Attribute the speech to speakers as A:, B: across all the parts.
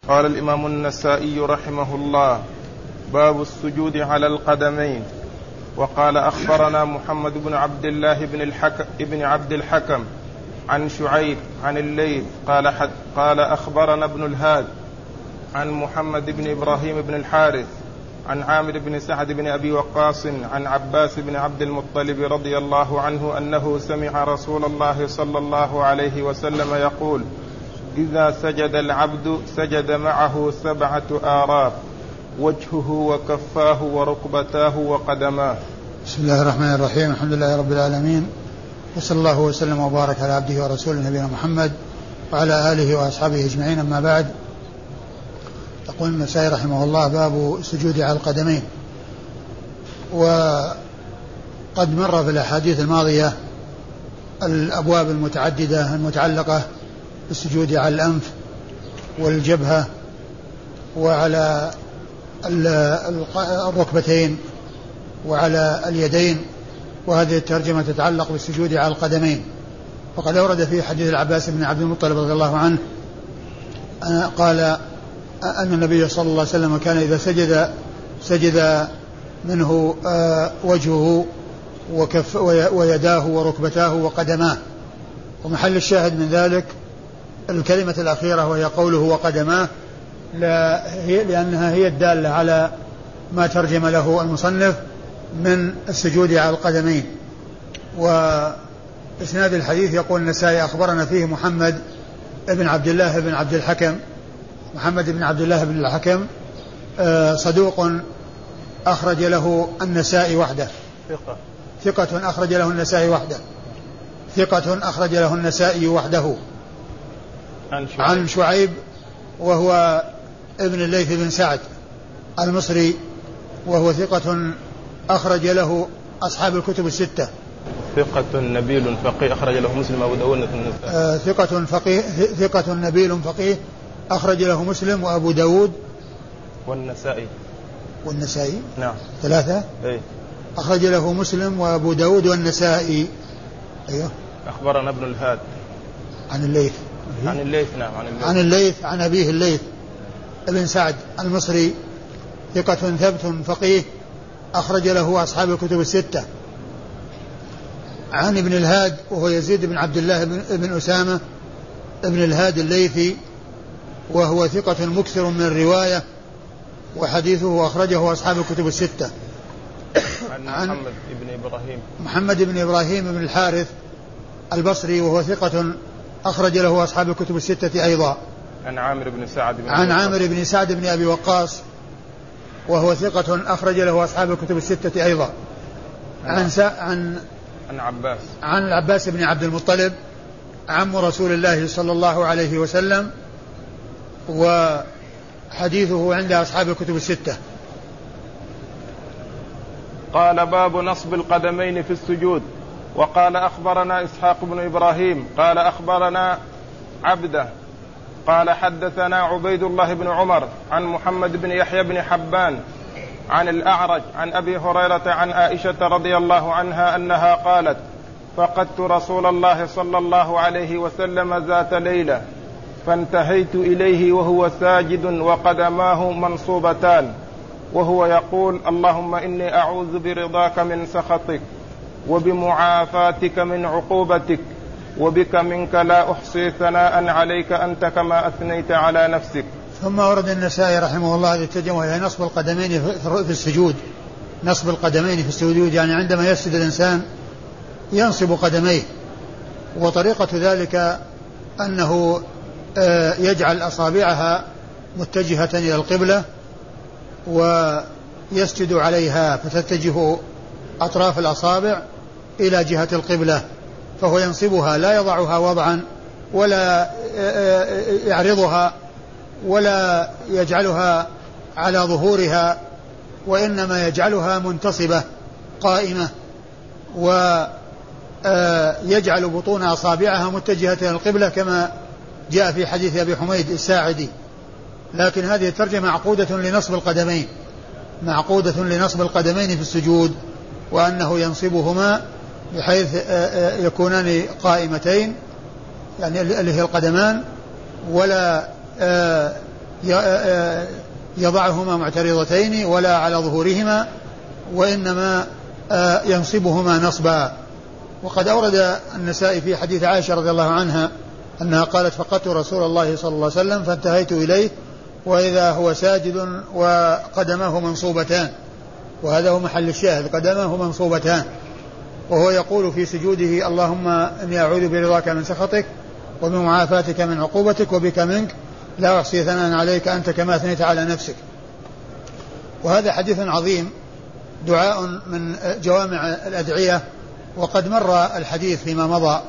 A: قال الإمام النسائي رحمه الله: باب السجود على القدمين. وقال: أخبرنا محمد بن عبد الله بن عبد الحكم عن شعيب عن الليث قال أخبرنا ابن الهاد عن محمد بن إبراهيم بن الحارث عن عامر بن سعد بن أبي وقاص عن عباس بن عبد المطلب رضي الله عنه أنه سمع رسول الله صلى الله عليه وسلم يقول: إذا سجد العبد سجد معه 7 آراب: وجهه وكفاه وركبتاه وقدماه.
B: بسم الله الرحمن الرحيم. الحمد لله رب العالمين، وصلى الله وسلم وبارك على عبده ورسوله نبينا محمد وعلى آله وأصحابه أجمعين، أما بعد. يقول النسائي رحمه الله: باب السجود على القدمين. وقد مر في الأحاديث الماضية الأبواب المتعددة المتعلقة بالسجود على الأنف والجبهة وعلى الركبتين وعلى اليدين، وهذه الترجمة تتعلق بالسجود على القدمين. وقد أورد في حديث العباس بن عبد المطلب رضي الله عنه قال أن النبي صلى الله عليه وسلم كان إذا سجد منه وجهه ويداه وركبتاه وقدماه. ومحل الشاهد من ذلك الكلمة الأخيرة وهي قوله وقدماه، لأنها هي الدالة على ما ترجم له المصنف من السجود على القدمين. وإسناد الحديث يقول النسائي: أخبرنا فيه محمد بن عبد الله بن عبد الحكم. محمد بن عبد الله بن الحكم صدوق أخرج له النسائي وحده، ثقة أخرج له النسائي وحده، ثقة أخرج له النسائي وحده. عن شعيب وهو ابن الليث بن سعد المصري، وهو ثقة أخرج له أصحاب الكتب الستة.
A: ثقة نبيل فقيه أخرج له مسلم وأبو داود
B: ثقة نبيل فقيه أخرج له مسلم وأبو داود والنسائي
A: نعم
B: 3 أخرج له مسلم وأبو داود والنسائي. أيوه.
A: أخبرنا ابن الهاد
B: عن الليث عن الليث عن أبيه الليث ابن سعد المصري، ثقة ثبت فقيه أخرج له أصحاب الكتب الستة. عن ابن الهاد وهو يزيد بن عبد الله بن أسامة ابن الهاد الليثي، وهو ثقة مكثر من الرواية، وحديثه أخرجه أصحاب الكتب الستة.
A: عن
B: محمد بن إبراهيم بن الحارث البصري، وهو ثقة أخرج له أصحاب الكتب الستة أيضا.
A: عن عامر بن
B: سعد بن أبي وقاص، وهو ثقة أخرج له أصحاب الكتب الستة أيضا. عن العباس بن عبد المطلب عم رسول الله صلى الله عليه وسلم، وحديثه عند أصحاب الكتب الستة.
A: قال: باب نصب القدمين في السجود. وقال: أخبرنا إسحاق بن إبراهيم قال أخبرنا عبده قال حدثنا عبيد الله بن عمر عن محمد بن يحيى بن حبان عن الأعرج عن أبي هريرة عن عائشة رضي الله عنها أنها قالت: فقدت رسول الله صلى الله عليه وسلم ذات ليلة فانتهيت إليه وهو ساجد وقدماه منصوبتان، وهو يقول: اللهم إني أعوذ برضاك من سخطك وبمعافاتك من عقوبتك وبك منك لا أحصي ثناء عليك أنت كما أثنيت على نفسك.
B: ثم ورد النسائي رحمه الله هذه الترجمة إلى نصب القدمين في السجود. نصب القدمين في السجود يعني عندما يسجد الإنسان ينصب قدميه، وطريقة ذلك أنه يجعل أصابعها متجهة إلى القبلة ويسجد عليها، فتتجه أطراف الأصابع إلى جهة القبلة، فهو ينصبها، لا يضعها وضعا ولا يعرضها ولا يجعلها على ظهورها، وإنما يجعلها منتصبة قائمة، ويجعل بطون أصابعها متجهة إلى القبلة كما جاء في حديث أبي حميد الساعدي. لكن هذه الترجمة معقودة لنصب القدمين في السجود، وأنه ينصبهما بحيث يكونان قائمتين، يعني اللي هي القدمان، ولا يضعهما معترضتين ولا على ظهورهما، وإنما ينصبهما نصبا. وقد أورد النسائي في حديث عائشة رضي الله عنها أنها قالت: فقدت رسول الله صلى الله عليه وسلم فانتهيت إليه وإذا هو ساجد وقدماه منصوبتان، وهذا هو محل الشاهد، قدماه منصوبتان، وهو يقول في سجوده: اللهم إني أعوذ برضاك من سخطك وبمعافاتك من عقوبتك وبك منك لا أحصي ثناء عليك أنت كما أثنيت على نفسك. وهذا حديث عظيم، دعاء من جوامع الأدعية، وقد مر الحديث فيما مضى.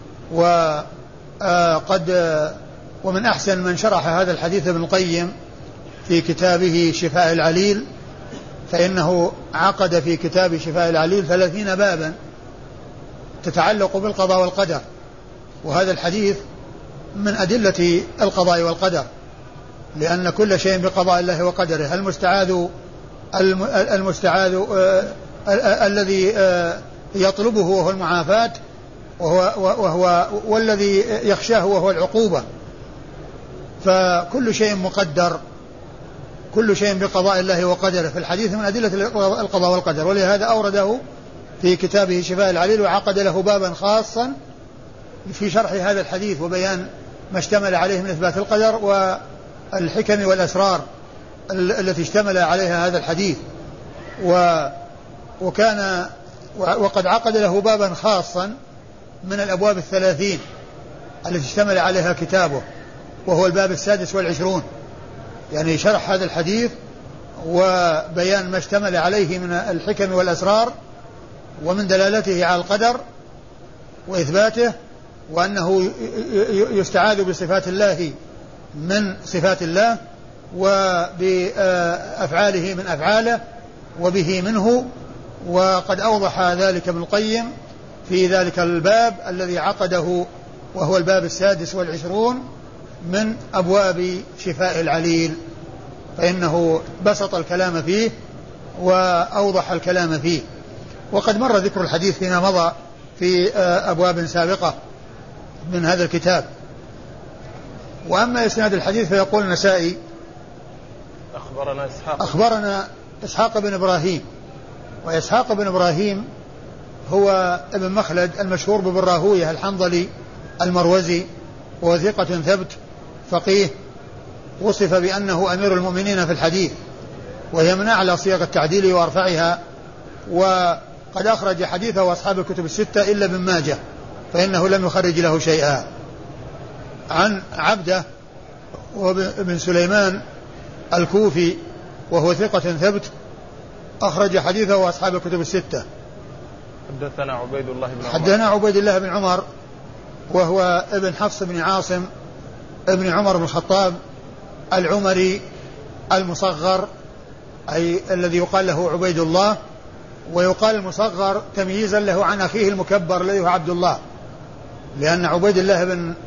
B: ومن أحسن من شرح هذا الحديث ابن القيم في كتابه شفاء العليل، فإنه عقد في كتاب شفاء العليل 30 بابا تتعلق بالقضاء والقدر، وهذا الحديث من أدلة القضاء والقدر، لأن كل شيء بقضاء الله وقدره. المستعاذ الذي يطلبه وهو المعافاة، والذي يخشاه وهو العقوبة، فكل شيء مقدر، كل شيء بقضاء الله وقدره. في الحديث من أدلة القضاء والقدر، ولهذا أورده في كتابه شفاء العليل، وعقد له بابا خاصا في شرح هذا الحديث وبيان ما اشتمل عليه من إثبات القدر والحكم والأسرار التي اشتمل عليها هذا الحديث. وقد عقد له بابا خاصا من الأبواب 30 التي اشتمل عليها كتابه، وهو الباب 26، يعني شرح هذا الحديث وبيان ما اشتمل عليه من الحكم والأسرار ومن دلالته على القدر وإثباته، وأنه يستعاذ بصفات الله من صفات الله، وبأفعاله من أفعاله، وبه منه. وقد أوضح ذلك ابن القيم في ذلك الباب الذي عقده، وهو الباب 26 من أبواب شفاء العليل، فإنه بسط الكلام فيه وأوضح الكلام فيه. وقد مر ذكر الحديث فيما مضى في أبواب سابقة من هذا الكتاب. وأما إسناد الحديث فيقول النسائي: أخبرنا إسحاق بن إبراهيم. وإسحاق بن إبراهيم هو ابن مخلد المشهور بابن راهويه الحنظلي المروزي، وثقة ثبت فقيه، وصف بأنه أمير المؤمنين في الحديث، وهي من أعلى صيغ التعديل وأرفعها. وقد أخرج حديثه أصحاب الكتب الستة إلا ابن ماجه، فإنه لم يخرج له شيئا. عن عبده وابن سليمان الكوفي، وهو ثقة ثبت، أخرج حديثه أصحاب الكتب الستة.
A: حدثنا
B: عبيد الله بن عمر، وهو ابن حفص بن عاصم ابن عمر بن الخطاب العمري المصغر، أي الذي يقال له عبيد الله، ويقال المصغر تمييزا له عن أخيه المكبر الذي هو عبد الله، لأن عبيد الله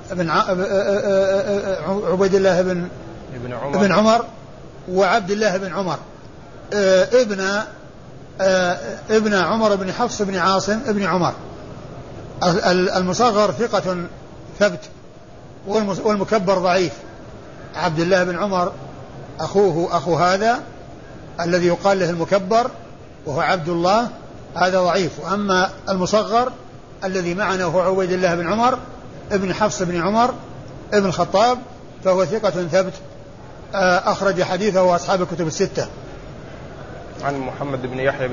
B: بن عمر وعبد الله بن عمر ابن عمر بن حفص بن عاصم ابن عمر. المصغر ثقة ثبت، والمكبر ضعيف. عبد الله بن عمر أخو هذا الذي يقال له المكبر وهو عبد الله، هذا ضعيف. وأما المصغر الذي معنا وهو عبيد الله بن عمر ابن حفص بن عمر ابن الخطاب، فهو ثقة ثبت، أخرج حديثه أصحاب الكتب الستة.
A: عن محمد بن يحيى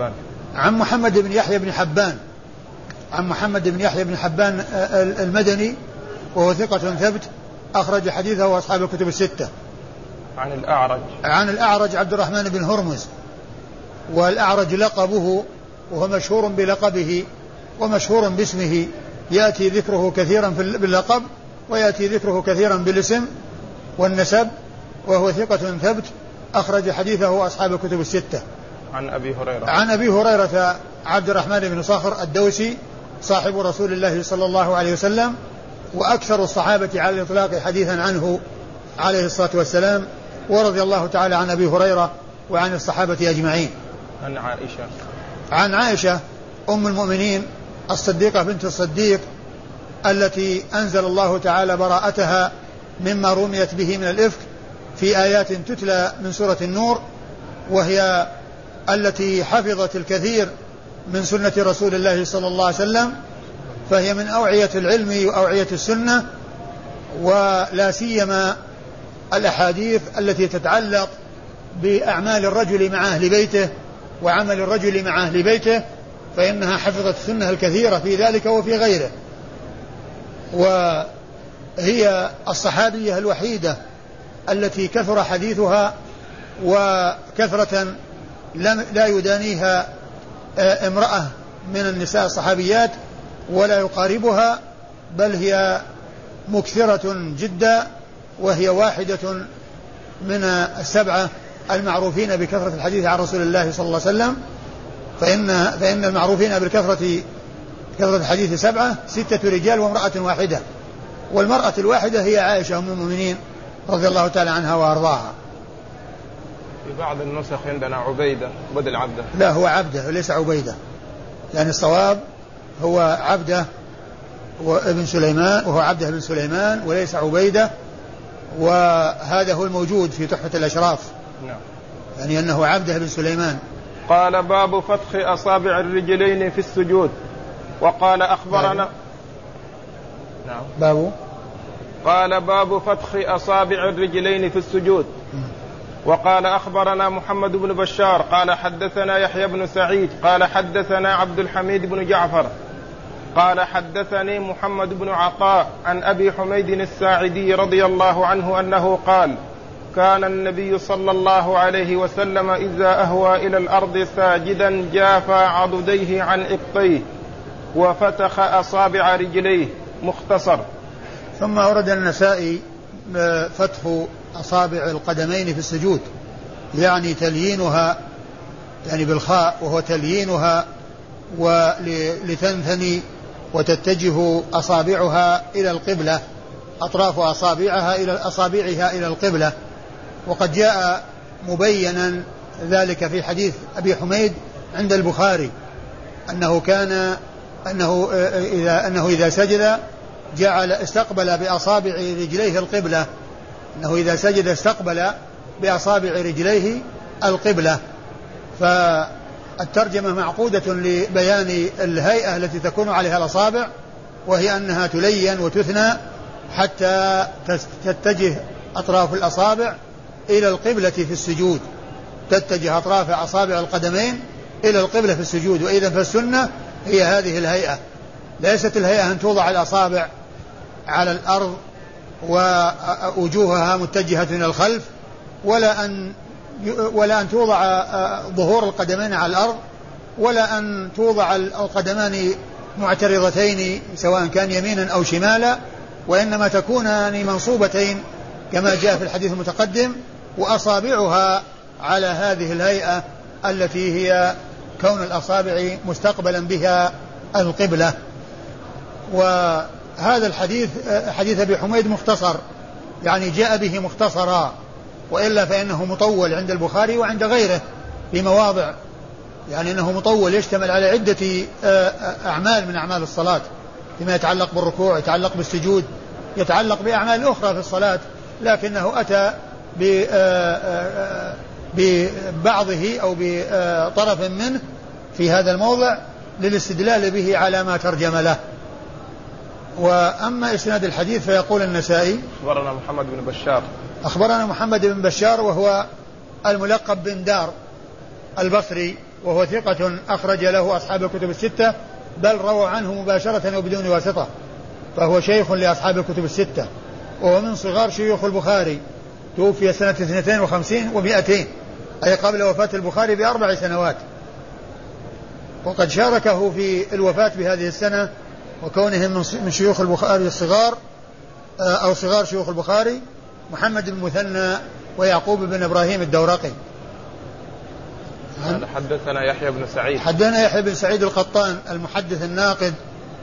B: بن حبان المدني، وهو ثقة ثبت، أخرج حديثه أصحاب الكتب الستة. عن الأعرج عبد الرحمن بن هرمز، والأعرج لقبه، وهو مشهور بلقبه ومشهور باسمه، يأتي ذكره كثيرا باللقب ويأتي ذكره كثيرا بالاسم والنسب، وهو ثقة ثبت، أخرج حديثه أصحاب الكتب الستة. عن أبي هريرة عبد الرحمن بن صخر الدوسي صاحب رسول الله صلى الله عليه وسلم، وأكثر الصحابة على الإطلاق حديثا عنه عليه الصلاة والسلام، ورضي الله تعالى عن أبي هريرة وعن الصحابة أجمعين. عن عائشة أم المؤمنين الصديقة بنت الصديق، التي أنزل الله تعالى براءتها مما رميت به من الإفك، في آيات تتلى من سورة النور، وهي التي حفظت الكثير من سنة رسول الله صلى الله عليه وسلم، فهي من أوعية العلم وأوعية السنة، ولا سيما الأحاديث التي تتعلق بأعمال الرجل مع أهل بيته وعمل الرجل مع أهل بيته، فإنها حفظت السنة الكثيرة في ذلك وفي غيره. وهي الصحابية الوحيدة التي كثر حديثها وكثرة لا يدانيها امرأة من النساء الصحابيات ولا يقاربها، بل هي مكثرة جدا، وهي واحدة من السبعة المعروفين بكثرة الحديث عن رسول الله صلى الله عليه وسلم. فإن المعروفين بالكثرة كثرة الحديث سبعة، 6 رجال وامرأة واحدة، والمرأة الواحدة هي عائشة أم المؤمنين رضي الله تعالى عنها وأرضاها.
A: في بعض النسخ عندنا عبيدة بدل عبده.
B: لا، هو عبده وليس عبيدة، يعني الصواب هو عبده وابن سليمان، وهو عبده بن سليمان وليس عبيدة، وهذا هو الموجود في تحفة الأشراف.
A: نعم.
B: يعني أنه عبده بن سليمان.
A: قال باب فتح أصابع الرجلين في السجود. وقال أخبرنا نعم. قال باب فتح أصابع الرجلين في السجود. وقال أخبرنا محمد بن بشار قال حدثنا يحيى بن سعيد قال حدثنا عبد الحميد بن جعفر قال حدثني محمد بن عطاء عن أبي حميد الساعدي رضي الله عنه أنه قال كان النبي صلى الله عليه وسلم إذا أهوى إلى الأرض ساجدا جافى عضديه عن إبطيه وفتح أصابع رجليه. مختصر.
B: ثم أورد النسائي فتح أصابع القدمين في السجود، يعني تليينها، يعني بالخاء، وهو تليينها ولتنثني وتتجه أصابعها إلى القبلة، أطراف أصابعها إلى القبلة. وقد جاء مبينا ذلك في حديث أبي حميد عند البخاري أنه إذا سجد جعل استقبل بأصابع رجليه القبلة، أنه إذا سجد استقبل بأصابع رجليه القبلة. فالترجمة معقودة لبيان الهيئة التي تكون عليها الأصابع، وهي أنها تلين وتثنى حتى تتجه أطراف الأصابع إلى القبلة في السجود، تتجه أطراف أصابع القدمين إلى القبلة في السجود. وإذا فالسنة هي هذه الهيئة، ليست الهيئة أن توضع الأصابع على الأرض ووجوهها متجهة إلى الخلف، ولا أن توضع ظهور القدمين على الأرض، ولا أن توضع القدمان معترضتين سواء كان يمينا أو شمالا، وإنما تكونان منصوبتين كما جاء في الحديث المتقدم، وأصابعها على هذه الهيئة التي هي كون الأصابع مستقبلا بها القبلة. وهذا الحديث حديث أبي حميد مختصر، يعني جاء به مختصرا، وإلا فإنه مطول عند البخاري وعند غيره في مواضع، يعني أنه مطول يشتمل على عدة أعمال من أعمال الصلاة، فيما يتعلق بالركوع، يتعلق بالسجود، يتعلق بأعمال أخرى في الصلاة، لكنه أتى ببعضه أو بطرف منه في هذا الموضع للاستدلال به على ما ترجم له. وأما إسناد الحديث فيقول النسائي
A: أخبرنا محمد بن بشار،
B: أخبرنا محمد بن بشار وهو الملقب بن دار البصري، وهو ثقة أخرج له أصحاب الكتب الستة، بل روى عنه مباشرة وبدون واسطة، فهو شيخ لأصحاب الكتب الستة، وهو من صغار شيوخ البخاري، توفي سنة 52 و200، أي قبل وفاة البخاري ب4 سنوات. وقد شاركه في الوفاة بهذه السنة وكونهم من شيوخ البخاري الصغار أو صغار شيوخ البخاري محمد بن مثنى ويعقوب بن إبراهيم الدورقي.
A: حدثنا يحيى بن سعيد،
B: حدثنا يحيى بن سعيد القطان المحدث الناقد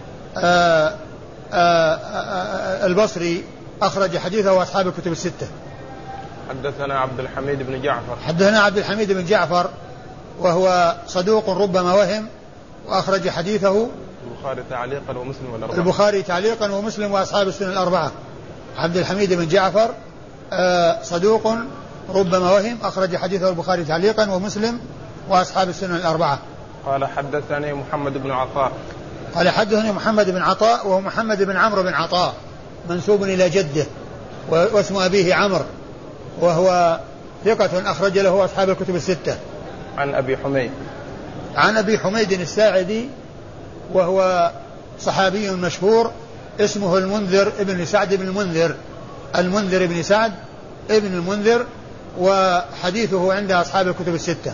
B: البصري، أخرج حديثه أصحاب الكتب الستة.
A: حدثنا عبد الحميد بن جعفر،
B: حدثنا عبد الحميد بن جعفر وهو صدوق ربما وهم، وأخرج حديثه
A: البخاري تعليقا ومسلم والأربعة،
B: البخاري تعليقا ومسلم وأصحاب السنن الأربعة. عبد الحميد بن جعفر صدوق ربما وهم، أخرج حديثه البخاري تعليقا ومسلم وأصحاب السنن الأربعة.
A: قال حدثني محمد بن عطاء
B: قال حدثني محمد بن عطاء وهو محمد بن عمرو بن عطاء منسوب إلى جده واسم أبيه عمرو، وهو ثقة أخرج له أصحاب الكتب الستة.
A: عن أبي حميد،
B: عن أبي حميد الساعدي وهو صحابي مشهور اسمه المنذر ابن سعد بن المنذر، المنذر بن سعد ابن المنذر، وحديثه عند أصحاب الكتب الستة.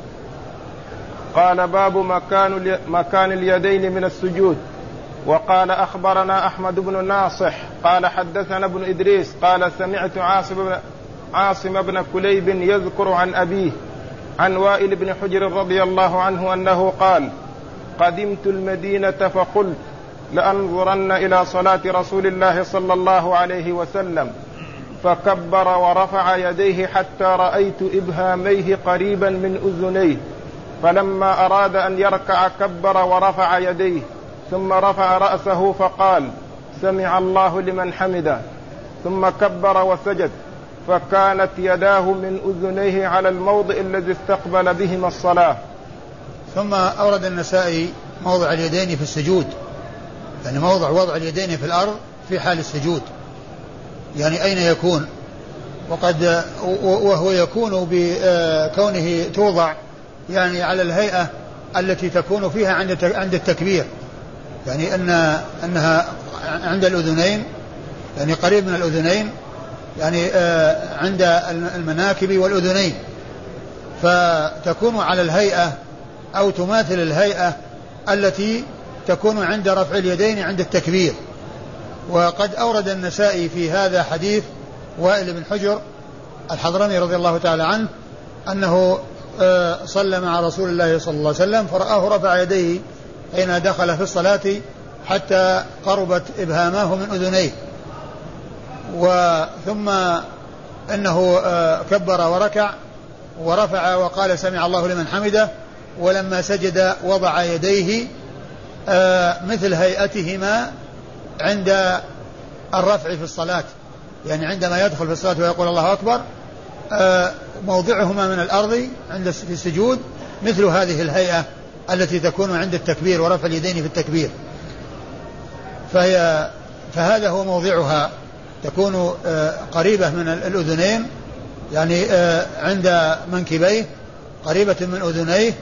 A: قال باب مكان اليدين من السجود. وقال أخبرنا أحمد بن ناصح قال حدثنا ابن إدريس قال سمعت عاصم بن كليب يذكر عن أبيه عن وائل بن حجر رضي الله عنه أنه قال قدمت المدينة فقلت لأنظرن إلى صلاة رسول الله صلى الله عليه وسلم، فكبر ورفع يديه حتى رأيت إبهاميه قريبا من أذنيه، فلما أراد أن يركع كبر ورفع يديه، ثم رفع رأسه فقال سمع الله لمن حمده، ثم كبر وسجد، فكانت يداه من أذنيه على الموضع الذي استقبل بهما الصلاة.
B: ثم أورد النسائي موضع اليدين في السجود، يعني موضع وضع اليدين في الأرض في حال السجود، يعني أين يكون، وهو يكون بكونه توضع يعني على الهيئة التي تكون فيها عند التكبير، يعني أنها عند الأذنين، يعني قريب من الأذنين، يعني عند المناكب والأذنين، فتكون على الهيئة أو تماثل الهيئة التي تكون عند رفع اليدين عند التكبير. وقد أورد النسائي في هذا حديث وائل بن حجر الحضرمي رضي الله تعالى عنه أنه صلى مع رسول الله صلى الله عليه وسلم فرآه رفع يديه حين دخل في الصلاة حتى قربت إبهاماه من أذنيه، ثم أنه كبر وركع ورفع وقال سمع الله لمن حمده، ولما سجد وضع يديه مثل هيئتهما عند الرفع في الصلاة، يعني عندما يدخل في الصلاة ويقول الله أكبر موضعهما من الأرض عند في السجود مثل هذه الهيئة التي تكون عند التكبير ورفع اليدين في التكبير، فهذا هو موضعها، تكون قريبة من الأذنين، يعني عند منكبيه قريبة من أذنيه.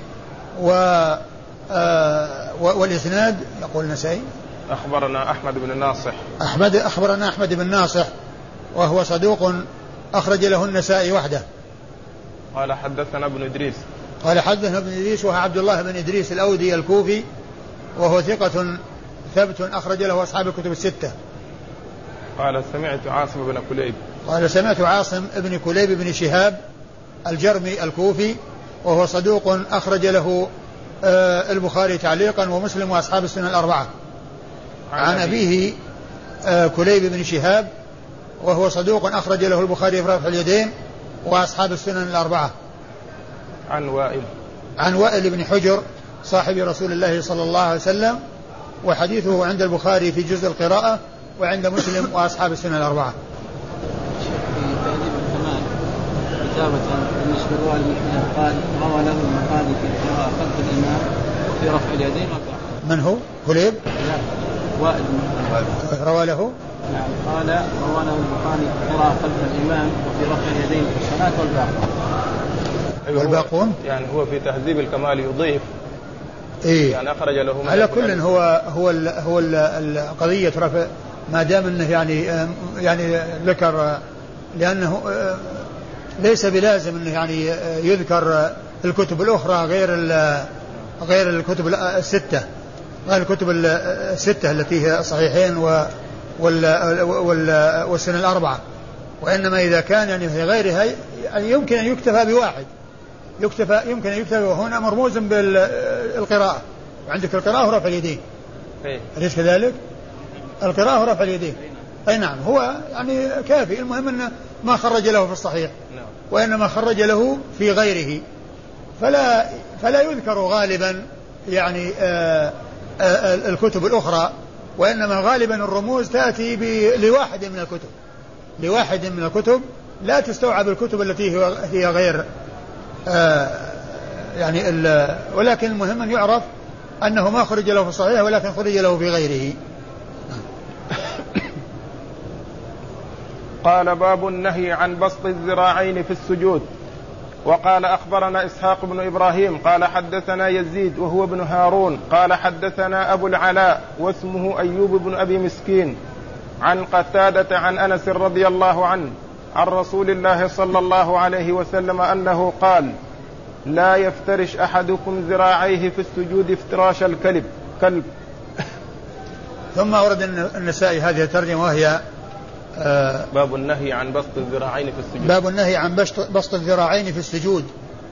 B: والإسناد يقول النسائي
A: أخبرنا أحمد بن ناصح،
B: أخبرنا أحمد بن ناصح وهو صدوق أخرج له النسائي وحده.
A: قال حدثنا ابن إدريس،
B: قال حدثنا ابن إدريس وهو عبد الله بن إدريس الأودي الكوفي وهو ثقة ثبت أخرج له أصحاب الكتب الستة.
A: قال سمعت عاصم بن كليب،
B: قال سمعت عاصم بن كليب بن شهاب الجرمي الكوفي وهو صدوق أخرج له البخاري تعليقا ومسلم وأصحاب السنن الأربعة. عن أبيه كليب بن شهاب وهو صدوق أخرج له البخاري في رفع اليدين وأصحاب السنن الأربعة. عن وائل بن حجر صاحب رسول الله صلى الله عليه وسلم، وحديثه عند البخاري في جزء القراءة وعند مسلم وأصحاب السنن الأربعة.
C: كتابة بالنسبة لوائل بن حجر قال روى له البخاري في القراءة خلف الإمام وفي رفع اليدين والرفع.
B: من هو؟ كليب؟
C: لا، وائل بن حجر
B: روى له؟
C: نعم، قال روى له البخاري في القراءة خلف الإمام وفي رفع اليدين في الصلاة
B: والباقون.
A: يعني هو في تهذيب الكمال يضيف
B: إيه؟
A: يعني أخرج له
B: على كل هو القضية رفع ما دام أنه يعني ذكر، لأنه ليس بلازم أنه يعني يذكر الكتب الأخرى غير الكتب الستة، غير الكتب الستة التي هي الصحيحين والسنن الأربعة، وإنما إذا كان يعني في غيرها يعني يمكن أن يكتفى بواحد، يمكن أن يكتفى، وهنا مرموز بالقراءة، وعندك القراءة ورفع اليدين، أليس كذلك؟ القراءة ورفع اليدين، أي نعم، هو يعني كافي، المهم أنه ما خرج له في الصحيح وإنما خرج له في غيره، فلا يذكر غالبا يعني الكتب الأخرى، وإنما غالبا الرموز تأتي لواحد من الكتب لا تستوعب الكتب التي هي غير يعني ولكن المهم أن يعرف أنه ما خرج له في الصحيح ولكن خرج له في غيره.
A: قال باب النهي عن بسط الذراعين في السجود. وقال أخبرنا إسحاق بن إبراهيم قال حدثنا يزيد وهو ابن هارون قال حدثنا أبو العلاء واسمه أيوب بن أبي مسكين عن قتادة عن أنس رضي الله عنه عن رسول الله صلى الله عليه وسلم أنه قال لا يفترش أحدكم ذراعيه في السجود افتراش الكلب.
B: ثم أورد النسائي هذه الترجمة وهي
A: باب النهي عن بسط الذراعين في السجود.
B: باب النهي عن بسط الذراعين في السجود.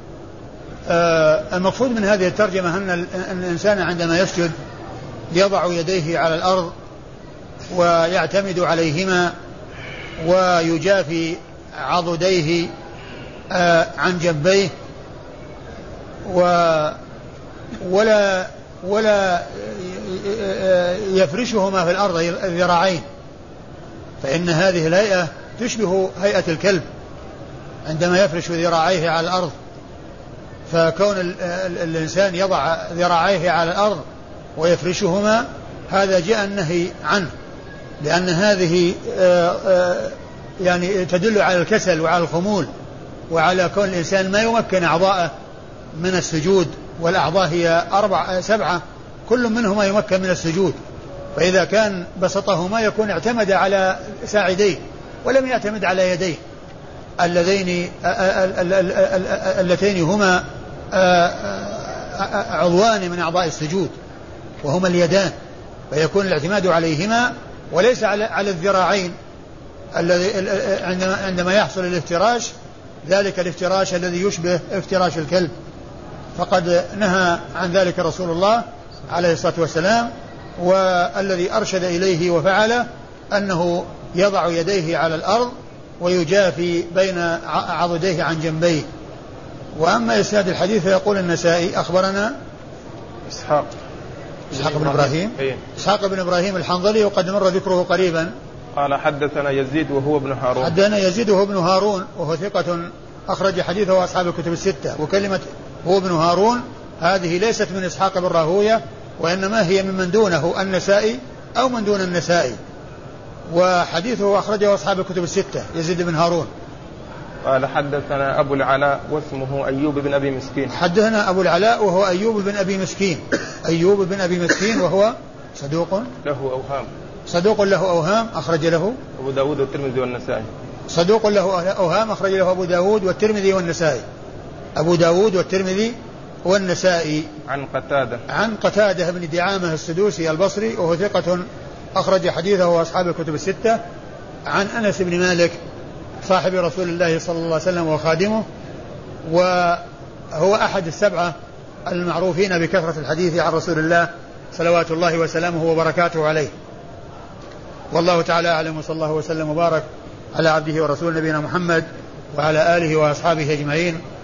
B: المقصود من هذه الترجمة أن الإنسان عندما يسجد يضع يديه على الأرض ويعتمد عليهما ويجافي عضديه عن جنبيه ولا يفرشهما في الأرض الذراعين، فإن هذه الهيئة تشبه هيئة الكلب عندما يفرش ذراعيه على الأرض. فكون الإنسان يضع ذراعيه على الأرض ويفرشهما هذا جاء النهي عنه، لأن هذه يعني تدل على الكسل وعلى الخمول وعلى كون الإنسان ما يمكن أعضاءه من السجود، والأعضاء هي 7 كل منهما يمكن من السجود، فإذا كان بسطهما يكون اعتمد على ساعديه ولم يعتمد على يديه اللتين هما عضوان من أعضاء السجود وهما اليدان، فيكون الاعتماد عليهما وليس على الذراعين عندما يحصل الافتراش، ذلك الافتراش الذي يشبه افتراش الكلب، فقد نهى عن ذلك رسول الله عليه الصلاة والسلام. والذي أرشد إليه وفعله أنه يضع يديه على الأرض ويجافي بين عضديه عن جنبيه. وأما إسناد الحديث فيقول النسائي أخبرنا
A: إسحاق
B: بن إبراهيم إسحاق بن إبراهيم الحنظلي وقد مر ذكره قريبا.
A: قال حدثنا يزيد وهو ابن هارون.
B: حدثنا يزيد وهو ابن هارون وهو ثقة أخرج حديثه أصحاب الكتب الستة. وكلمة هو ابن هارون هذه ليست من إسحاق بن راهوية وإنما هي من دونه النسائي أو من دون النسائي، وحديثه أخرجه أصحاب الكتب الستة يزيد بن هارون.
A: قال حدثنا أبو العلاء واسمه أيوب بن أبي مسكين.
B: حدثنا أبو العلاء وهو أيوب بن أبي مسكين. أيوب بن أبي مسكين وهو صدوق له أوهام أخرج له
A: أبو داود والترمذي والنسائي.
B: صدوق له أوهام أخرج له أبو داود والترمذي والنسائي. أبو داود والترمذي والنسائي. عن قتادة بن دعامة السدوسي البصري وهو ثقة أخرج حديثه أصحاب الكتب الستة. عن أنس بن مالك صاحب رسول الله صلى الله عليه وسلم وخادمه، وهو أحد 7 المعروفين بكثرة الحديث عن رسول الله صلوات الله وسلامه وبركاته عليه. والله تعالى أعلم، وصلى الله وسلم وبارك على عبده ورسول نبينا محمد وعلى آله وأصحابه أجمعين.